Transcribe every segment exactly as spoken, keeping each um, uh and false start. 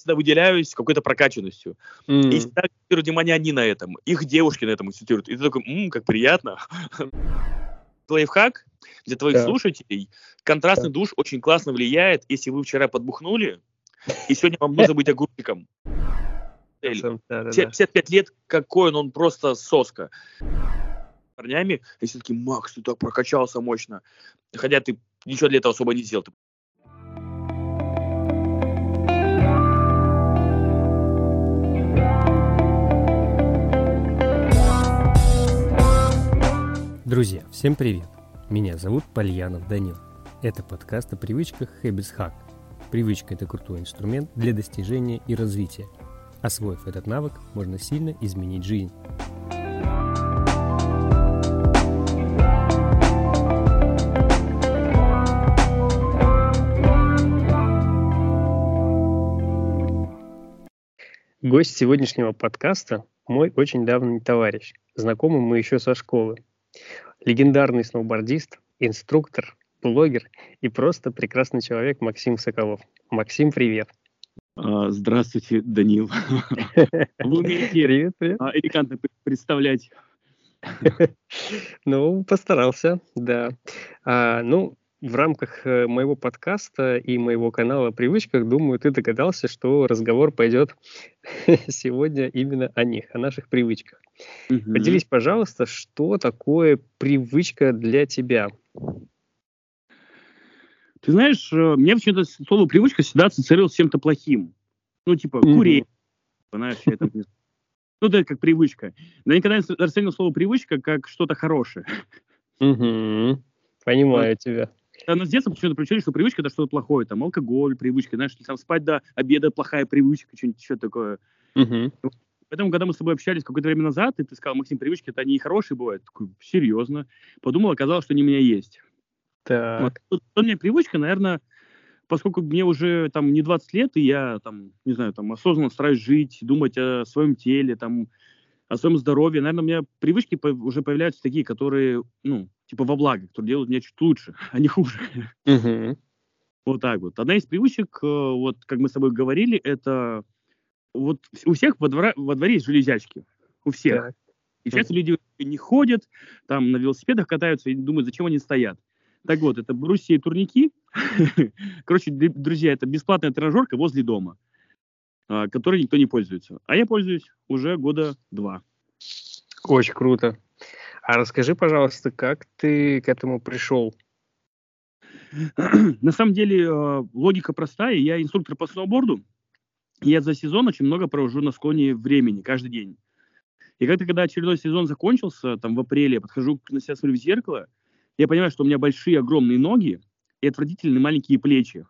всегда выделяюсь какой-то прокачанностью. М. И всегда акцентируют внимание они на этом. Их девушки на этом акцентируют. И ты такой, м, как приятно. Лайфхак для твоих Так, слушателей. Контрастный так. душ очень классно влияет, если вы вчера подбухнули, и сегодня вам нужно быть огурчиком. Эль, Сам- Да-да-да. пятьдесят пять лет, какой он, он просто соска. Парнями, если такие, Макс, ты так прокачался мощно. Хотя ты ничего для этого особо не сделал. Ты Друзья, всем привет! Меня зовут Пальянов Данил. Это подкаст о привычках Habits Hack. Привычка – это крутой инструмент для достижения и развития. Освоив этот навык, можно сильно изменить жизнь. Гость сегодняшнего подкаста – мой очень давний товарищ. Знакомы мы еще со школы. Легендарный сноубордист, инструктор, блогер и просто прекрасный человек Максим Соколов. Максим, привет. А, Здравствуйте, Данил. Вы умеете Привет, привет. а, элегантно п- представлять. Ну, постарался, да. А, ну, в рамках э, моего подкаста и моего канала о привычках, думаю, ты догадался, что разговор пойдет сегодня именно о них, о наших привычках. Мгм. Поделись, пожалуйста, что такое привычка для тебя? Ты знаешь, э, мне почему-то слово привычка всегда ассоциировалось с чем-то плохим. Ну, типа, Мгм. курить, знаешь, я там не знаю. Ну, да, как привычка. Но я никогда не с- расценивал слово привычка как что-то хорошее. Мгм. Вот. Понимаю тебя. А нас с детства почему-то приучили, что привычка это что-то плохое. Там алкоголь, привычка, знаешь, там спать до обеда плохая привычка, что-нибудь еще такое. Мгм. Поэтому, когда мы с тобой общались какое-то время назад, и ты сказал, Максим, привычки это они и хорошие бывают. Такой, серьезно. Подумал, оказалось, что они у меня есть. Вот. Так. Тут у меня привычка, наверное, поскольку мне уже там не двадцать лет, и я там, не знаю, там осознанно стараюсь жить, думать о своем теле, там, о своем здоровье, наверное, у меня привычки по- уже появляются такие, которые, ну, типа во благо, которые делают меня чуть лучше, а не хуже. Мгм. Вот так вот. Одна из привычек, э, вот как мы с тобой говорили, это вот у всех во, двора- во дворе есть железячки. У всех. Так. И часто люди не ходят, там на велосипедах катаются и думают, зачем они стоят. Так вот, это брусья и турники. Короче, д- друзья, это бесплатная тренажерка возле дома, а, которой никто не пользуется. А я пользуюсь уже года два. Очень круто. А расскажи, пожалуйста, как ты к этому пришел? На самом деле э, логика простая. Я инструктор по сноуборду. И я за сезон очень много провожу на склоне времени, каждый день. И как-то, когда очередной сезон закончился, там в апреле, я подхожу на себя, смотрю в зеркало, я понимаю, что у меня большие, огромные ноги и отвратительные маленькие плечи.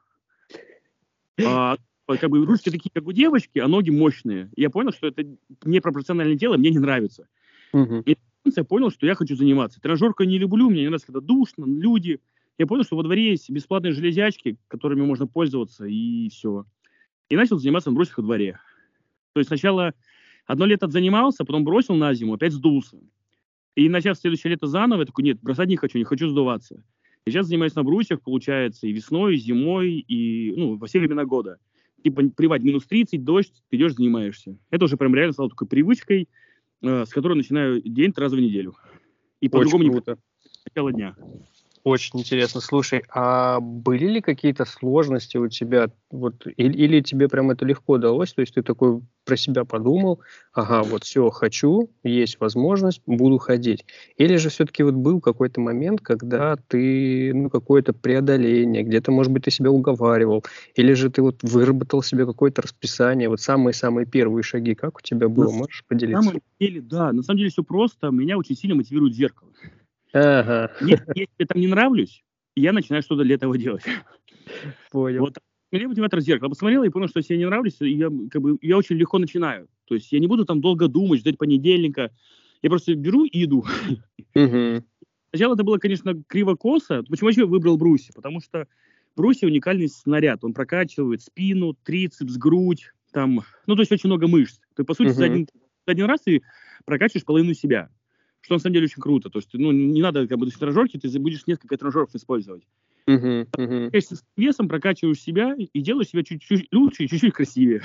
А, вот как бы ручки такие, как у девочки, а ноги мощные. И я понял, что это непропорциональное тело, мне не нравится. Мгм. И я понял, что я хочу заниматься. Тренажерку не люблю, мне не нравится, когда душно, люди. Я понял, что во дворе есть бесплатные железячки, которыми можно пользоваться, и все. И начал заниматься на брусьях во дворе. То есть сначала одно лето занимался, потом бросил на зиму, опять сдулся. И начав следующее лето заново, я такой, нет, бросать не хочу, не хочу сдуваться. И сейчас занимаюсь на брусьях, получается, и весной, и зимой, и ну, во все времена года. Типа, плевать, минус тридцать, дождь, ты идешь, занимаешься. Это уже прям реально стало такой привычкой, э, с которой начинаю день три раза в неделю. И Очень по-другому не круто. начало дня. Очень интересно. Слушай, а были ли какие-то сложности у тебя? Вот, или, или тебе прям это легко далось? То есть ты такой про себя подумал, ага, вот все, хочу, есть возможность, буду ходить. Или же все-таки вот был какой-то момент, когда ты, ну, какое-то преодоление, где-то, может быть, ты себя уговаривал, или же ты вот выработал себе какое-то расписание, вот самые-самые первые шаги, как у тебя было? На Можешь поделиться? самом деле, да, на самом деле все просто. Меня очень сильно мотивирует зеркало. Ага, Если я себе там не нравлюсь, я начинаю что-то для этого делать. понял. Вот меня мотиватор зеркало. Посмотрел и понял, что если я не нравлюсь, и я, как бы, я очень легко начинаю. То есть я не буду там долго думать, ждать понедельника. Я просто беру и иду. Мгм. Сначала это было, конечно, криво-косо. Почему я выбрал брусья? Потому что брусья уникальный снаряд. Он прокачивает спину, трицепс, грудь. Там, ну, то есть очень много мышц. Ты, по сути, за Мгм. один, за один раз ты прокачиваешь половину себя. Что на самом деле очень круто. То есть, ну, не надо, как бы, тренажерки, ты будешь несколько тренажеров использовать. Угу, угу. Конечно, с весом прокачиваешь себя и делаешь себя чуть-чуть лучше и чуть-чуть красивее.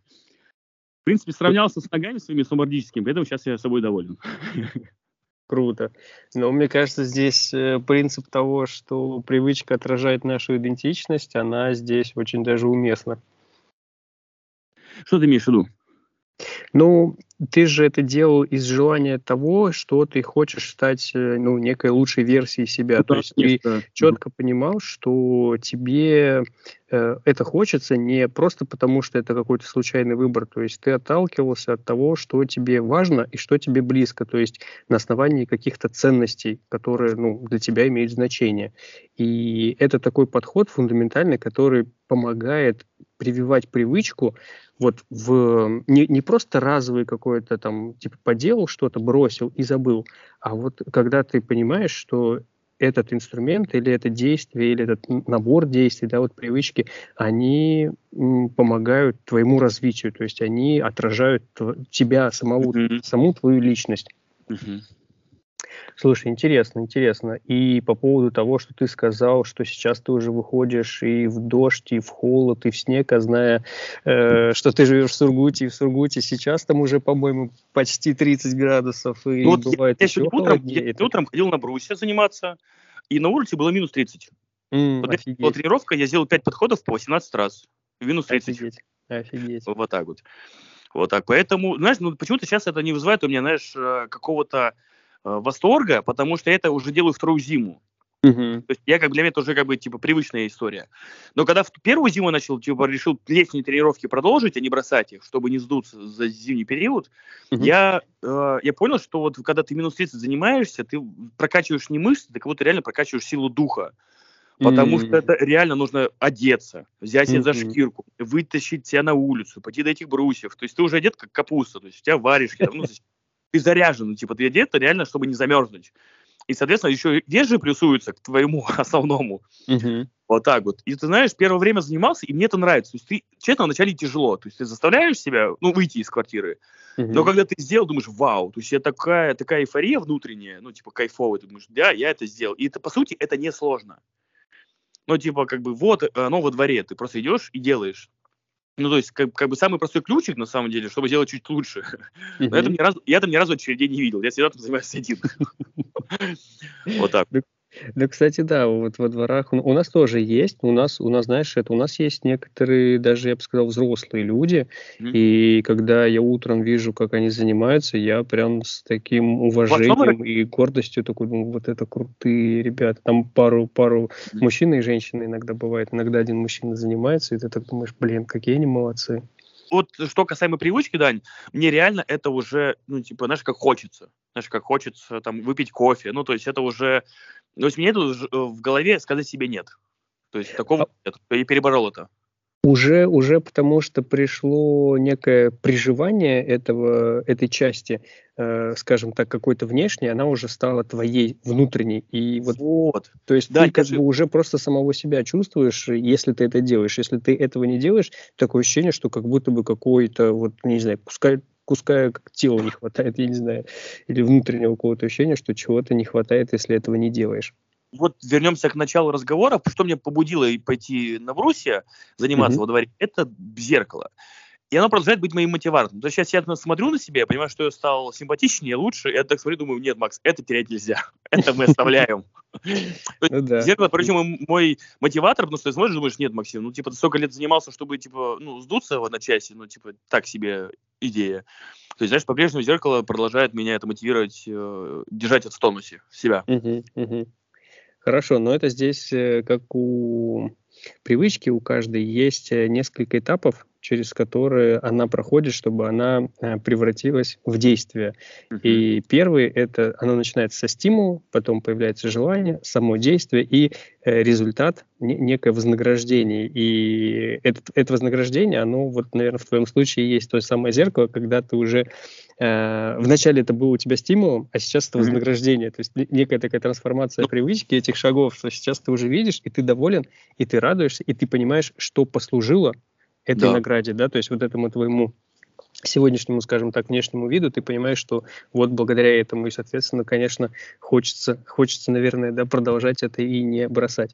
В принципе, сравнялся с ногами своими сноубордическими, поэтому сейчас я собой доволен. Круто. Но мне кажется, здесь э, принцип того, что привычка отражает нашу идентичность, она здесь очень даже уместна. Что ты имеешь в виду? Ну, ты же это делал из желания того, что ты хочешь стать, э, ну, некой лучшей версией себя. Ну, То да, есть ты конечно. четко понимал, что тебе э, это хочется не просто потому, что это какой-то случайный выбор. То есть ты отталкивался от того, что тебе важно и что тебе близко. То есть на основании каких-то ценностей, которые, ну, для тебя имеют значение. И это такой подход фундаментальный, который помогает прививать привычку вот в не, не просто разовый какой-то там, типа, поделал что-то, бросил и забыл, а вот когда ты понимаешь, что этот инструмент или это действие, или этот набор действий, да, вот привычки, они м, помогают твоему развитию, то есть они отражают тв- тебя, самого, Мгм. саму твою личность. Мгм. Слушай, интересно, интересно. И по поводу того, что ты сказал, что сейчас ты уже выходишь и в дождь, и в холод, и в снег, а зная, э, что ты живешь в Сургуте, и в Сургуте сейчас там уже, по-моему, почти тридцать градусов, и Ну вот я, бывает я еще сегодня утром, я холоднее. сегодня Это... утром ходил на брусе заниматься, и на улице было минус тридцать. М, Вот это была офигеть, тренировка, я сделал пять подходов по восемнадцать раз. Минус тридцать. офигеть, офигеть. Вот так вот. Вот так. Поэтому, знаешь, ну почему-то сейчас это не вызывает у меня, знаешь, э, какого-то э, восторга, потому что я это уже делаю вторую зиму. Мгм. То есть я как бы для меня это уже как бы типа привычная история. Но когда в первую зиму начал, типа решил летние тренировки продолжить, а не бросать их, чтобы не сдуться за зимний период, Мгм. я, э, я понял, что вот когда ты минус тридцать занимаешься, ты прокачиваешь не мышцы, ты как будто реально прокачиваешь силу духа. Потому что М, это реально нужно одеться, взять себя за мгм. шкирку, вытащить себя на улицу, пойти до этих брусьев. То есть ты уже одет как капуста, то есть у тебя варежки, там, ну, то есть ты заряжен, типа ты одет реально, чтобы не замерзнуть. И, соответственно, еще вес же плюсуется к твоему основному. Мгм. Вот так вот. И ты знаешь, первое время занимался, и мне это нравится. То есть ты, честно, вначале тяжело. То есть ты заставляешь себя, ну, выйти из квартиры. Но Мгм. когда ты сделал, думаешь, вау. То есть это такая, такая эйфория внутренняя, ну, типа кайфовая. Ты думаешь, да, я это сделал. И это, по сути, это несложно. Ну, типа, как бы, вот оно во дворе. Ты просто идешь и делаешь. Ну, то есть, как, как бы самый простой ключик, на самом деле, чтобы сделать чуть лучше. Но это Мгм. ни разу, я там ни разу очередей не видел. Я всегда там занимаюсь один. Вот так. Да, да, кстати, да, вот во дворах у, у нас тоже есть, у нас, у нас, знаешь, это у нас есть некоторые, даже, я бы сказал, взрослые люди, Мгм. и когда я утром вижу, как они занимаются, я прям с таким В основном уважением и гордостью такой думаю, вот это крутые ребята. Там пару, пару Мгм. мужчин и женщин иногда бывает, иногда один мужчина занимается, и ты так думаешь, блин, какие они молодцы. Вот что касаемо привычки, Дань, мне реально это уже, ну, типа, знаешь, как хочется. Знаешь, как хочется там выпить кофе. Ну, то есть это уже... То есть мне это уже, э, в голове сказать себе нет. То есть такого нет. Я переборол это. Уже, уже потому что пришло некое приживание этого, этой части, э, скажем так, какой-то внешней, она уже стала твоей внутренней. И вот, Вот. то есть Да, ты я как же... бы уже просто самого себя чувствуешь, если ты это делаешь. Если ты этого не делаешь, такое ощущение, что как будто бы какой-то, вот, не знаю, куска, куска как тела не хватает, я не знаю, или внутреннего какого-то ощущения, что чего-то не хватает, если этого не делаешь. Вот вернемся к началу разговора. Что меня побудило и пойти на брусья, заниматься Мгм. во дворе, это зеркало. И оно продолжает быть моим мотиватором. То есть сейчас я смотрю на себя, я понимаю, что я стал симпатичнее, лучше. Я так смотрю, думаю, нет, Макс, это терять нельзя. Это мы оставляем. То есть Ну да. зеркало, причем мой мотиватор, потому что ты смотришь, думаешь, нет, Максим, ну, типа, ты столько лет занимался, чтобы, типа, ну, сдуться в одночасье, ну, типа, так себе идея. То есть, знаешь, по-прежнему зеркало продолжает меня это мотивировать, э, держать это в тонусе себя. Мгм, мгм. Хорошо, но это здесь, э, как у привычки, у каждой есть э, несколько этапов, через которые она проходит, чтобы она э, превратилась в действие. Мгм. И первый это оно начинается со стимула, потом появляется желание, само действие и э, результат, не- некое вознаграждение. И этот, это вознаграждение, оно вот, наверное, в твоем случае есть то самое зеркало, когда ты уже э, вначале это было у тебя стимулом, а сейчас это Мгм. вознаграждение. То есть не- некая такая трансформация Ну, привычки этих шагов, что сейчас ты уже видишь, и ты доволен, и ты радуешься, и ты понимаешь, что послужило этой да. награде, да, то есть вот этому твоему сегодняшнему, скажем так, внешнему виду, ты понимаешь, что вот благодаря этому, и, соответственно, конечно, хочется, хочется, наверное, да, продолжать это и не бросать.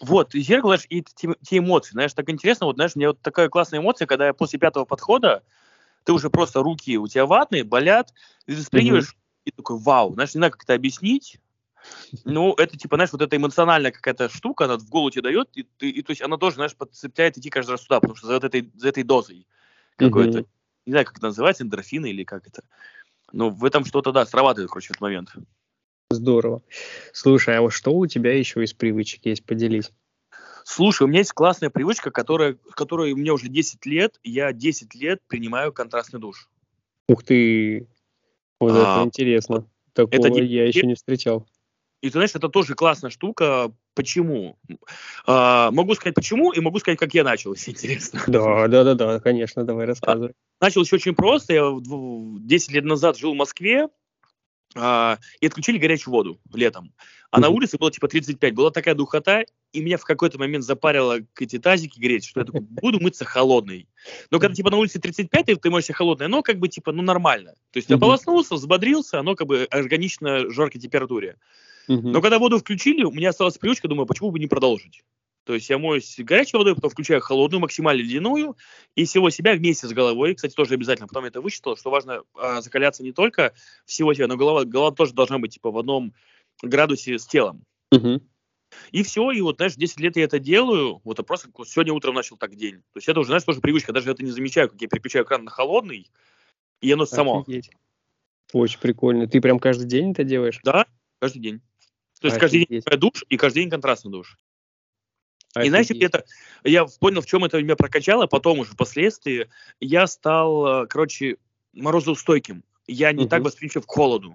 Вот, и зеркало, знаешь, и те, те эмоции, знаешь, так интересно, вот, знаешь, у меня вот такая классная эмоция, когда я после пятого подхода, ты уже просто руки у тебя ватные, болят, и ты спрыгиваешь, mm-hmm. и такой, вау, знаешь, не знаю, как это объяснить, ну, это, типа, знаешь, вот эта эмоциональная какая-то штука, она в голову тебе дает, и, и, и то есть она тоже, знаешь, подцепляет идти каждый раз туда, потому что за вот этой, за этой дозой какой-то, mm-hmm. не знаю, как это называется, эндорфины или как это, но в этом что-то, да, срабатывает, короче, в этот момент. Здорово. Слушай, а вот что у тебя еще из привычек есть? Поделись. Слушай, у меня есть классная привычка, которая, которая у меня уже десять лет, и я десять лет принимаю контрастный душ. Ух ты! Вот а, это интересно. Такого это я еще не встречал. И ты знаешь, это тоже классная штука. Почему? А, могу сказать почему, и могу сказать, как я начал, если интересно. Да, да, да, да, конечно, давай рассказывай. А, начал еще очень просто. Я десять лет назад жил в Москве, а, и отключили горячую воду летом. А mm-hmm. на улице было типа тридцать пять. Была такая духота, и меня в какой-то момент запарило эти тазики греть, что я такой, буду мыться холодной. Но когда типа на улице тридцать пять, и ты моешься холодной, оно как бы типа, ну нормально. То есть mm-hmm. ополоснулся, взбодрился, оно как бы органично жаркой температуре. Mm-hmm. Но когда воду включили, у меня осталась привычка, думаю, почему бы не продолжить. То есть я моюсь горячей водой, потом включаю холодную, максимально ледяную, и всего себя вместе с головой, кстати, тоже обязательно, потом я это вычитал, что важно а, закаляться не только всего себя, но голова, голова тоже должна быть типа в одном градусе с телом. Uh-huh. И все, и вот, знаешь, десять лет я это делаю, вот, а просто сегодня утром начал так день. То есть это уже, знаешь, тоже привычка, даже это не замечаю, как я переключаю кран на холодный, и оно само. Офигеть. Очень прикольно. Ты прям каждый день это делаешь? Да, каждый день. То есть Офигеть. Каждый день душ, и каждый день контрастный душ. Офигеть. И знаешь, это, я понял, в чем это меня прокачало, потом уже впоследствии я стал, короче, морозоустойким. Я не uh-huh. так восприимчив к холоду.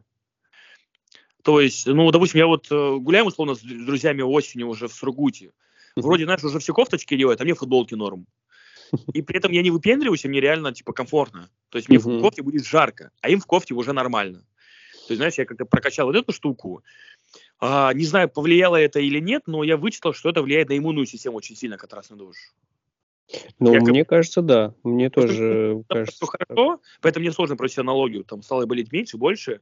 То есть, ну, допустим, я вот гуляем, условно, с друзьями осенью уже в Сургуте. Uh-huh. Вроде, знаешь, уже все кофточки делают, а мне футболки норм. И при этом я не выпендриваюсь, и мне реально, типа, комфортно. То есть мне uh-huh. в кофте будет жарко, а им в кофте уже нормально. То есть, знаешь, я как-то прокачал вот эту штуку. А, не знаю, повлияло это или нет, но я вычитал, что это влияет на иммунную систему очень сильно, контрастный душ. Ну, я мне как... кажется, да. Мне Потому тоже что, кажется. Что хорошо, поэтому мне сложно провести аналогию. Там стало болеть меньше, больше.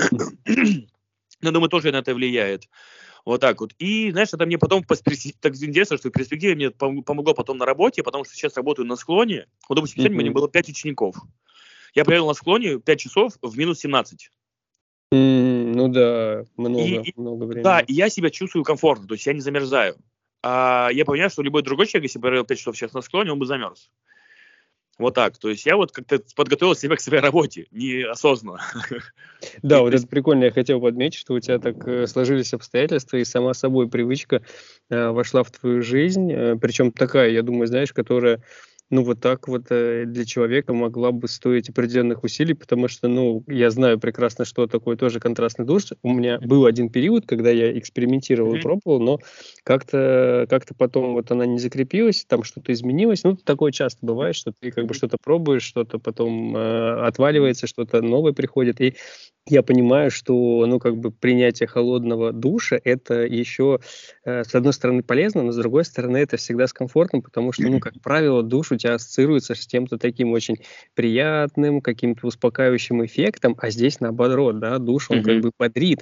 Но, думаю, тоже на это влияет. Вот так вот. И, знаешь, это мне потом, так интересно, что в перспективе мне помогло потом на работе, потому что сейчас работаю на склоне. Вот, допустим, сегодня у меня было пять учеников. Я провел на склоне пять часов в минус семнадцать. Mm, ну да, много, и, много времени. Да, и я себя чувствую комфортно, то есть я не замерзаю. А я понимаю, что любой другой человек, если бы провел пять часов сейчас на склоне, он бы замерз. Вот так. То есть я вот как-то подготовил себя к своей работе, неосознанно. Да, вот это прикольно. Я хотел подметить, что у тебя так э, сложились обстоятельства, и сама собой привычка э, вошла в твою жизнь. Э, причем такая, я думаю, знаешь, которая... ну, вот так вот э, для человека могла бы стоить определенных усилий, потому что, ну, я знаю прекрасно, что такое тоже контрастный душ. У меня был один период, когда я экспериментировал mm-hmm. и пробовал, но как-то, как-то потом вот она не закрепилась, там что-то изменилось. Ну, такое часто бывает, что ты как бы что-то пробуешь, что-то потом э, отваливается, что-то новое приходит, и я понимаю, что, ну, как бы принятие холодного душа, это еще, э, с одной стороны, полезно, но с другой стороны, это всегда с комфортом, потому что, ну, как правило, душ у тебя ассоциируется с чем-то таким очень приятным, каким-то успокаивающим эффектом, а здесь наоборот, да, душ, он mm-hmm. как бы бодрит.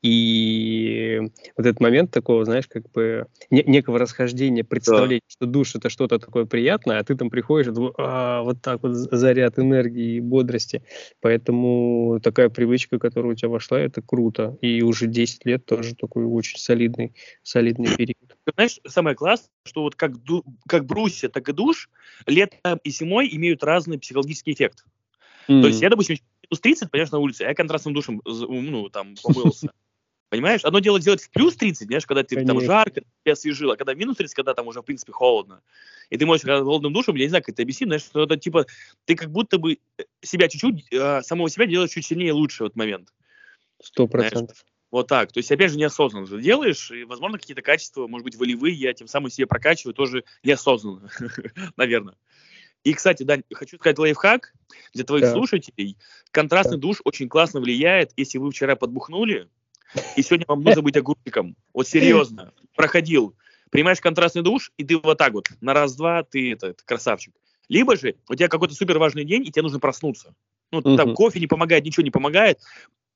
И вот этот момент такого, знаешь, как бы не- некого расхождения, представления, yeah. что душ — это что-то такое приятное, а ты там приходишь, и думаешь, а, вот так вот заряд энергии и бодрости. Поэтому такая привычка, которая у тебя вошла, это круто. И уже десять лет тоже такой очень солидный, солидный период. Знаешь, самое классное, что вот как, ду- как брусья, так и душ летом и зимой имеют разный психологический эффект. Mm-hmm. То есть я, допустим, минус тридцать, понимаешь, на улице, а я контрастным душем, ну, там, помылся. Понимаешь? Одно дело делать в плюс тридцать, знаешь, когда ты Конечно. Там жарко, тебя освежило, а когда в минус тридцать, когда там уже, в принципе, холодно. И ты можешь холодным душем, я не знаю, как это объяснить, знаешь, что это типа, ты как будто бы себя чуть-чуть, э, самого себя делаешь чуть сильнее и лучше в этот момент. Сто процентов. Вот так. То есть, опять же, неосознанно ты делаешь, и, возможно, какие-то качества, может быть, волевые, я тем самым себе прокачиваю тоже неосознанно, наверное. И, кстати, Дань, хочу сказать лайфхак для твоих да. слушателей. Контрастный да. душ очень классно влияет, если вы вчера подбухнули, и сегодня вам нужно быть огурчиком. Вот серьезно. Проходил. Принимаешь контрастный душ, и ты вот так вот. На раз-два ты этот красавчик. Либо же у тебя какой-то супер важный день, и тебе нужно проснуться. Ну, uh-huh. там кофе не помогает, ничего не помогает.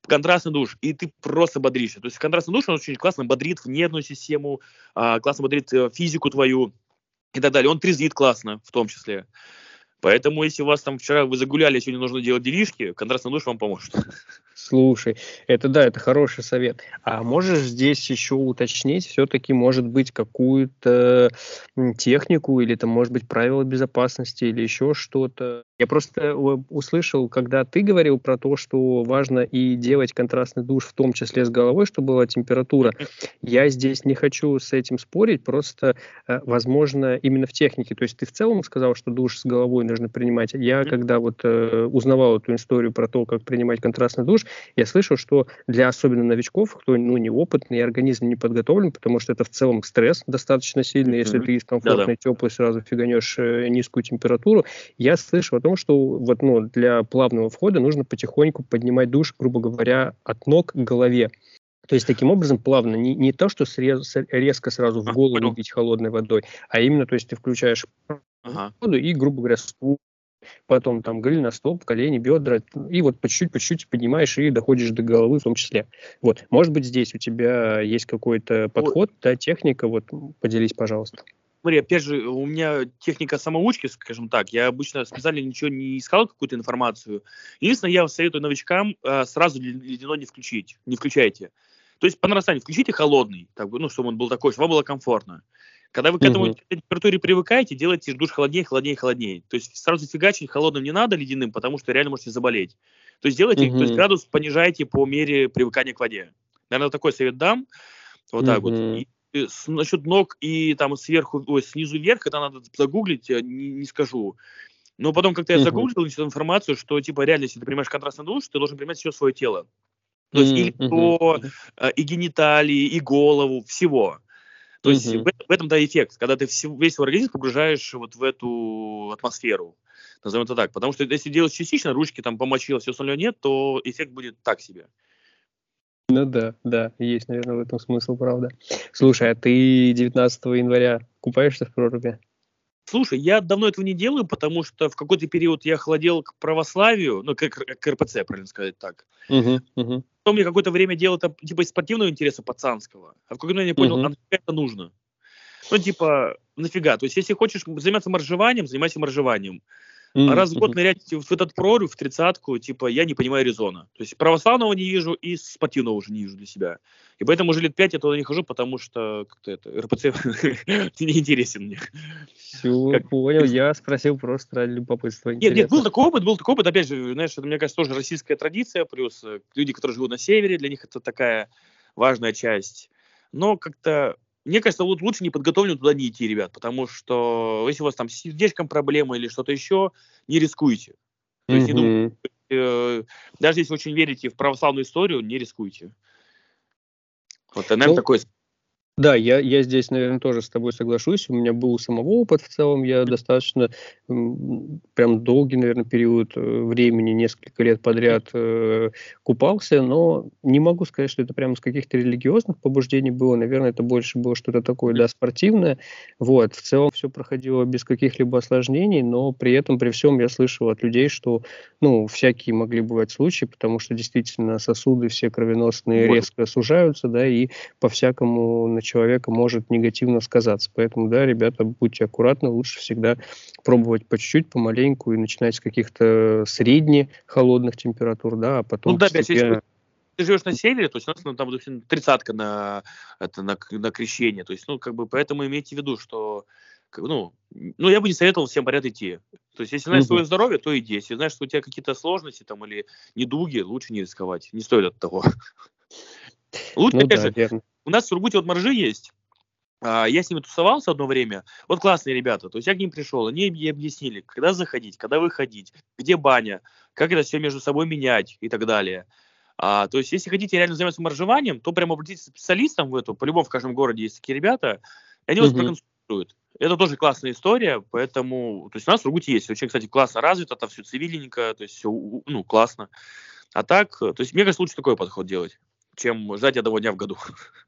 контрастный душ, и ты просто бодришься. То есть контрастный душ, он очень классно бодрит нервную систему, а, классно бодрит э, физику твою и так далее. Он трезвит классно, в том числе. Поэтому, если у вас там вчера вы загуляли, сегодня нужно делать делишки, контрастный душ вам поможет. Слушай, это да, это хороший совет. А можешь здесь еще уточнить, все-таки, может быть, какую-то м, технику или там, может быть, правила безопасности или еще что-то? Я просто у- услышал, когда ты говорил про то, что важно и делать контрастный душ, в том числе с головой, чтобы была температура. Я здесь не хочу с этим спорить, просто, э, возможно, именно в технике. То есть ты в целом сказал, что душ с головой нужно принимать. Я, Мгм. когда вот э, узнавал эту историю про то, как принимать контрастный душ, я слышал, что для особенно новичков, кто ну, неопытный, организм не подготовлен, потому что это в целом стресс достаточно сильный, если Мгм. ты из Да-да. комфортной теплой сразу фиганешь э, низкую температуру. Я слышал о том, что вот, ну, для плавного входа нужно потихоньку поднимать душ, грубо говоря, от ног к голове. То есть таким образом плавно, не, не то, что срез- с- резко сразу в А, голову понял. бить холодной водой, а именно, то есть ты включаешь Ага. воду и, грубо говоря, стул, потом там гриль на столб, колени, бедра, и вот по чуть-чуть, по чуть-чуть поднимаешь и доходишь до головы в том числе. Вот, может быть, здесь у тебя есть какой-то Ой, подход, да, техника, вот, поделись, пожалуйста. смотри, опять же, у меня техника самоучки, скажем так. Я обычно специально ничего не искал, какую-то информацию. Единственное, я советую новичкам э, сразу лед- ледяной не включить. Не включайте. То есть по нарастанию включите холодный, так бы, ну, чтобы он был такой, чтобы вам было комфортно. Когда вы к этому Мгм. температуре привыкаете, делайте душ холоднее, холоднее, холоднее. То есть сразу фигачить холодным не надо, ледяным, потому что реально можете заболеть. То есть делайте, то есть Мгм. градус понижайте по мере привыкания к воде. Наверное, такой совет дам. Вот так вот. Мгм. И э, с- насчет ног и там сверху, ой, снизу вверх, это надо загуглить, я не, не скажу. Но потом как-то я Мгм. загуглил начал информацию, что типа реально, если ты принимаешь контрастный душ, ты должен принимать все свое тело. То есть и М, мгм. лицо, э, и гениталии, и голову, всего. То есть в, Мгм. э- в этом, да, эффект, когда ты всё- весь свой организм погружаешь вот в эту атмосферу. Назовем это так. Потому что если делать частично, ручки там помочил, все остальное нет, то эффект будет так себе. Ну да, да, есть, наверное, в этом смысл, правда. Слушай, а ты девятнадцатого января купаешься в проруби? Слушай, я давно этого не делаю, потому что в какой-то период я охладел к православию, ну, к, к- к эр пэ цэ, правильно сказать так. Угу, угу, Потом я какое-то время делал это типа из спортивного интереса пацанского, а в какой-то момент я понял, а угу, нафига это нужно? Ну, типа, нафига? То есть, если хочешь заниматься моржеванием, занимайся моржеванием. А раз в год угу. нырять в этот прорыв, в тридцатку, типа, я не понимаю резона. То есть православного не вижу и спортивного уже не вижу для себя. И поэтому уже лет пять я туда не хожу, потому что как-то это эр пэ цэ не интересен мне. Все, Как- понял, я спросил просто ради любопытства, Нет, нет, был интересно. такой опыт, был такой опыт, опять же, знаешь, это, мне кажется, тоже российская традиция, плюс э, люди, которые живут на севере, для них это такая важная часть. Но как-то, мне кажется, вот лучше неподготовленным туда не идти, ребят, потому что если у вас там с сердечком проблемы или что-то еще, не рискуйте. То есть не думайте, Угу. э, даже если очень верите в православную историю, не рискуйте. Вот, наверное, Ну, такой... да, я, я здесь, наверное, тоже с тобой соглашусь. У меня был у самого опыт в целом. Я достаточно м, прям долгий, наверное, период э, времени, несколько лет подряд э, купался, но не могу сказать, что это прямо с каких-то религиозных побуждений было. Наверное, это больше было что-то такое, да, спортивное. Вот, в целом все проходило без каких-либо осложнений, но при этом, при всем я слышал от людей, что, ну, всякие могли бывать случаи, потому что действительно сосуды все кровеносные Вот. резко сужаются, да, и по-всякому на человека может негативно сказаться. Поэтому, да, ребята, будьте аккуратны, лучше всегда пробовать по чуть-чуть, помаленьку и начинать с каких-то средне холодных температур, да, а Ну потом да, опять, если постепенно... ты живешь на севере, то есть у нас ну, там допустим, тридцатка на, это, на, к- на крещение. То есть, ну, как бы, поэтому имейте в виду, что, как бы, ну, ну, я бы не советовал всем подряд идти. То есть, если знаешь Мгм. свое здоровье, то иди. Если знаешь, что у тебя какие-то сложности там или недуги, лучше не рисковать. Не стоит от того. Лучше, Ну опять да, же, верно. у нас в Сургуте вот моржи есть. А, я с ними тусовался одно время. Вот классные ребята. То есть я к ним пришел, они мне объяснили, когда заходить, когда выходить, где баня, как это все между собой менять и так далее. А, то есть, если хотите реально заниматься моржеванием, то прямо обратитесь к специалистам в эту. По-любому в каждом городе есть такие ребята, и они вас Мгм. проконсультируют. Это тоже классная история, поэтому, то есть у нас в Сургуте есть, очень, кстати, классно развито, там все цивильненько, то есть все, ну, классно. А так, э, то есть мне кажется, лучше такой подход делать, чем ждать одного дня в году.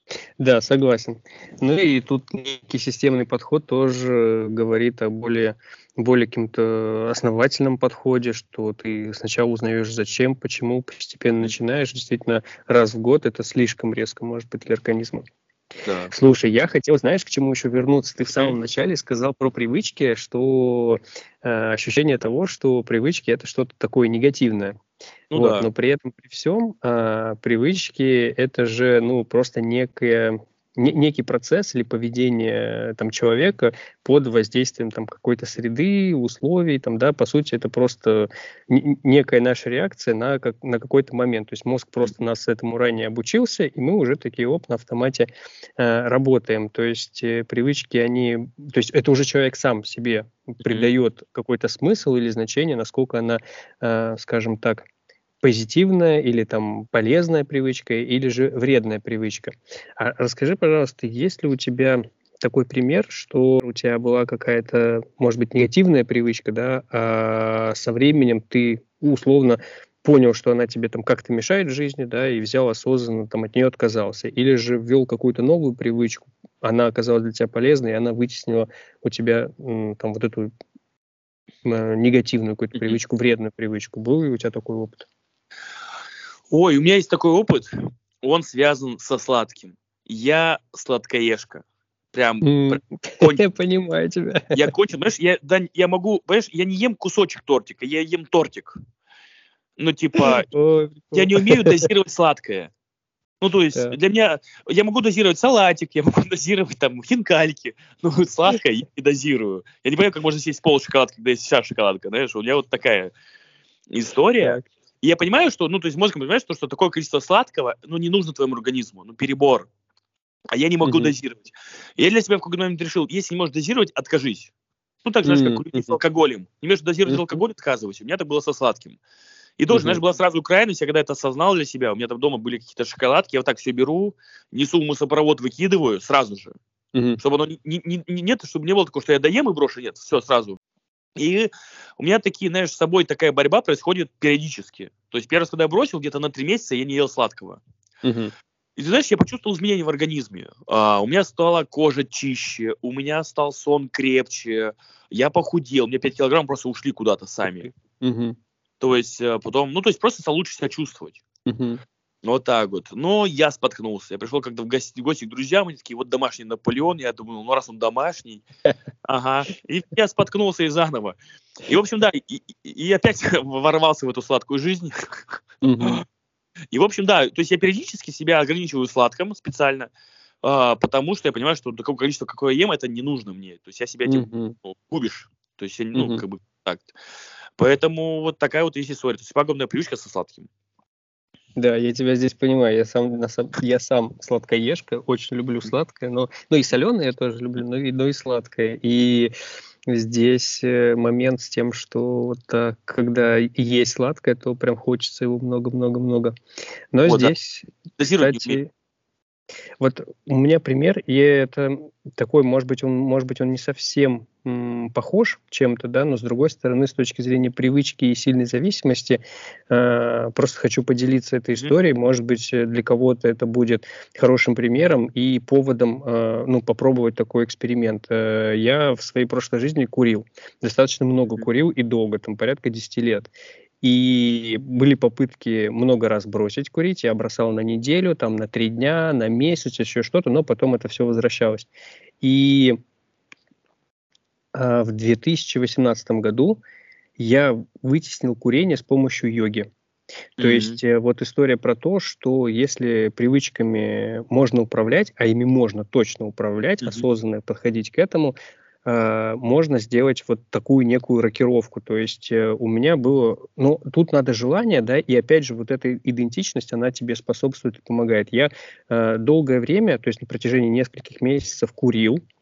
Да, согласен. Ну и тут некий системный подход тоже говорит о более, более каким-то основательном подходе, что ты сначала узнаешь, зачем, почему, постепенно начинаешь. Действительно, раз в год это слишком резко может быть для организма. Да. Слушай, я хотел, знаешь, к чему еще вернуться? Ты в самом Мгм. начале сказал про привычки, что э, ощущение того, что привычки это что-то такое негативное. Ну Вот, да. но при этом, при всем, а, привычки это же, ну, просто некое, не- некий процесс или поведение там человека под воздействием там какой-то среды, условий, там, да, по сути, это просто н- некая наша реакция на, как, на какой-то момент. То есть мозг просто нас этому ранее обучился, и мы уже такие оп, на автомате э, работаем. То есть э, привычки, они, то есть это уже человек сам себе Мгм. придает какой-то смысл или значение, насколько она, э, скажем так, позитивная или там полезная привычка, или же вредная привычка. А расскажи, пожалуйста, есть ли у тебя такой пример, что у тебя была какая-то, может быть, негативная привычка, да, а со временем ты условно понял, что она тебе там как-то мешает в жизни, да, и взял осознанно, там от нее отказался, или же ввел какую-то новую привычку, она оказалась для тебя полезной, и она вытеснила у тебя м, там вот эту э, негативную какую-то Мгм. привычку, вредную привычку. Был ли у тебя такой опыт? Ой, у меня есть такой опыт, он связан со сладким. Я сладкоежка. Прям, прям М, конь. Я понимаю тебя. Я кончен, знаешь, я, да, я могу, понимаешь, я не ем кусочек тортика, я ем тортик. Ну, типа, Ой, я прикол. не умею дозировать сладкое. Ну, то есть, Так. для меня, я могу дозировать салатик, я могу дозировать там хинкальки, но вот сладкое я не дозирую. Я не понимаю, как можно съесть пол шоколадки, когда есть вся шоколадка, знаешь, у меня вот такая история. Так. И я понимаю, что, ну, то есть мозгом понимаешь, что, что такое количество сладкого, ну, не нужно твоему организму, ну, перебор. А я не могу Мгм. дозировать. И я для себя в какой-то момент решил, если не можешь дозировать, откажись. Ну, так, знаешь, как у М, людей с мгм. алкоголем. Не можешь дозировать Мгм. алкоголь, отказывайся. У меня так было со сладким. И тоже, знаешь, Мгм. была сразу крайность, я когда это осознал для себя, у меня там дома были какие-то шоколадки, я вот так все беру, несу в мусоропровод, выкидываю сразу же, Мгм. чтобы оно не, не- не- не- нет, чтобы не было такого, что я доем и брошу, нет, все сразу. И у меня такие, знаешь, с собой такая борьба происходит периодически. То есть первый раз, когда я бросил, где-то на три месяца я не ел сладкого. Мгм. И ты знаешь, я почувствовал изменения в организме. А, у меня стала кожа чище, у меня стал сон крепче, я похудел, у меня пять килограмм просто ушли куда-то сами. Мгм. То есть э, потом, ну то есть просто стал лучше себя чувствовать. Мгм. Вот так вот. Но я споткнулся. Я пришел когда в гости, в гости к друзьям, они такие, вот домашний Наполеон. Я думаю, ну раз он домашний, ага. И я споткнулся и заново. И, в общем, да, и, и- и опять ворвался в эту сладкую жизнь. Мгм. И, в общем, да, то есть я периодически себя ограничиваю сладком специально, а, потому что я понимаю, что такого количества, какое я ем, это не нужно мне. То есть я себя этим Мгм. ну, губишь. То есть, я, ну, Мгм. как бы так. Поэтому вот такая вот есть история. То есть пагубная привычка со сладким. Да, я тебя здесь понимаю. Я сам, на сам- я сам сладкоежка, очень люблю сладкое, но, ну и соленое я тоже люблю, но и, но и сладкое. И здесь э, момент с тем, что вот так, когда есть сладкое, то прям хочется его много-много-много. Но Вот, да. здесь, Дозировать не умею. кстати, вот у меня пример, и это такой, может быть, он, может быть, он не совсем м, похож чем-то, да, но с другой стороны, с точки зрения привычки и сильной зависимости, э, просто хочу поделиться этой Мгм. историей. Может быть, э, для кого-то это будет хорошим примером и поводом, э, ну, попробовать такой эксперимент. Э, я в своей прошлой жизни курил, достаточно много Мгм. курил и долго, там порядка десяти лет. И были попытки много раз бросить курить. Я бросал на неделю, там, на три дня, на месяц, еще что-то, но потом это все возвращалось. И а, в две тысячи восемнадцатом году я вытеснил курение с помощью йоги. То Мгм. есть э, вот история про то, что если привычками можно управлять, а ими можно точно управлять, Мгм. осознанно подходить к этому, э, можно сделать вот такую некую рокировку. То есть э, у меня было, ну, тут надо желание, да, и опять же вот эта идентичность, она тебе способствует и помогает. Я э, долгое время, то есть на протяжении нескольких месяцев курил,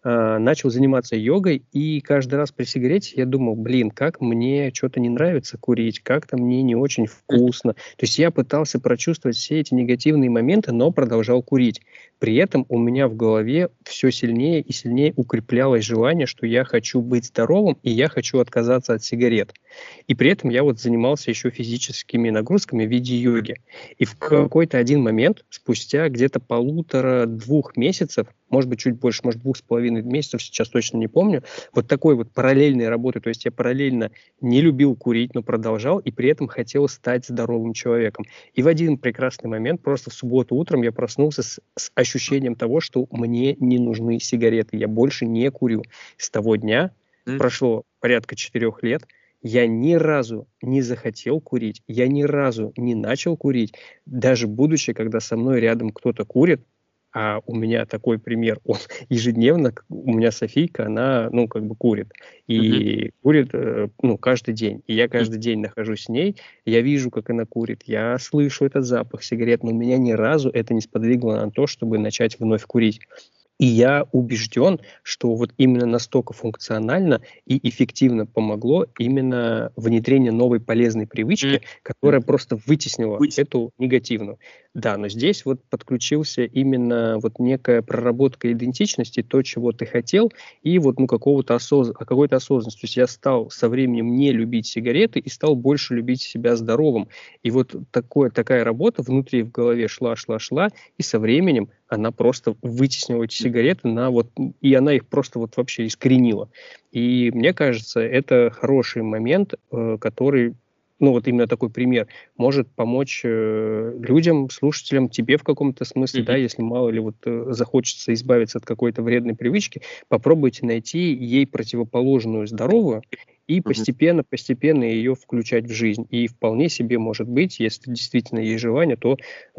э, начал заниматься йогой, и каждый раз при сигарете я думал, блин, как мне что-то не нравится курить, как-то мне не очень вкусно. То есть я пытался прочувствовать все эти негативные моменты, но продолжал курить. При этом у меня в голове все сильнее и сильнее укреплялось желание, что я хочу быть здоровым, и я хочу отказаться от сигарет. И при этом я вот занимался еще физическими нагрузками в виде йоги. И в какой-то один момент, спустя где-то полутора-двух месяцев, может быть, чуть больше, может, двух с половиной месяцев, сейчас точно не помню, вот такой вот параллельной работы, то есть я параллельно не любил курить, но продолжал, и при этом хотел стать здоровым человеком. И в один прекрасный момент, просто в субботу утром, я проснулся с, с ощущением того, что мне не нужны сигареты, я больше не курю. С того дня mm. прошло порядка четырех лет, я ни разу не захотел курить, я ни разу не начал курить, даже будучи, когда со мной рядом кто-то курит, а у меня такой пример, он ежедневно, у меня Софийка, она, ну, как бы курит, и uh-huh. курит, ну, каждый день, и я каждый uh-huh. день нахожусь с ней, я вижу, как она курит, я слышу этот запах сигарет, но меня ни разу это не сподвигло на то, чтобы начать вновь курить. И я убежден, что вот именно настолько функционально и эффективно помогло именно внедрение новой полезной привычки, mm. которая просто вытеснила Вытес... эту негативную. Да, но здесь вот подключился именно вот некая проработка идентичности, то, чего ты хотел, и вот ну какого-то осоз... какой-то осознанности. То есть я стал со временем не любить сигареты и стал больше любить себя здоровым. И вот такое, такая работа внутри в голове шла, шла, шла, и со временем она просто вытеснила эти сигареты на вот, и она их просто вот вообще искоренила. И мне кажется, это хороший момент, э, который, ну вот именно такой пример, может помочь э, людям, слушателям, тебе в каком-то смысле, mm-hmm. да, если мало ли вот э, захочется избавиться от какой-то вредной привычки, попробуйте найти ей противоположную здоровую, и постепенно-постепенно ее включать в жизнь. И вполне себе может быть, если действительно есть желание, то